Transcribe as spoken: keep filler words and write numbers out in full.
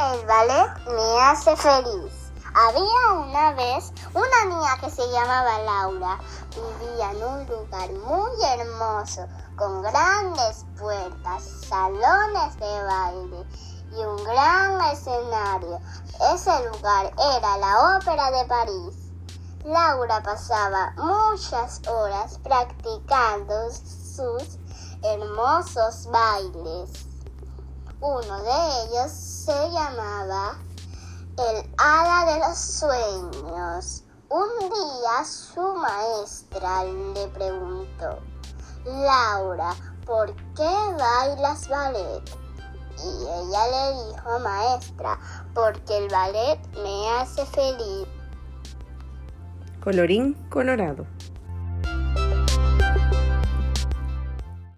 el ballet me hace feliz. Había una vez una niña que se llamaba Laura. Vivía en un lugar muy hermoso, con grandes puertas, salones de baile y un gran escenario. Ese lugar era la Ópera de París. Laura pasaba muchas horas practicando sus hermosos bailes. Uno de ellos se llamaba el Hada de los Sueños. Un día su maestra le preguntó: Laura, ¿por qué bailas ballet? Y ella le dijo: maestra, porque el ballet me hace feliz. Colorín colorado.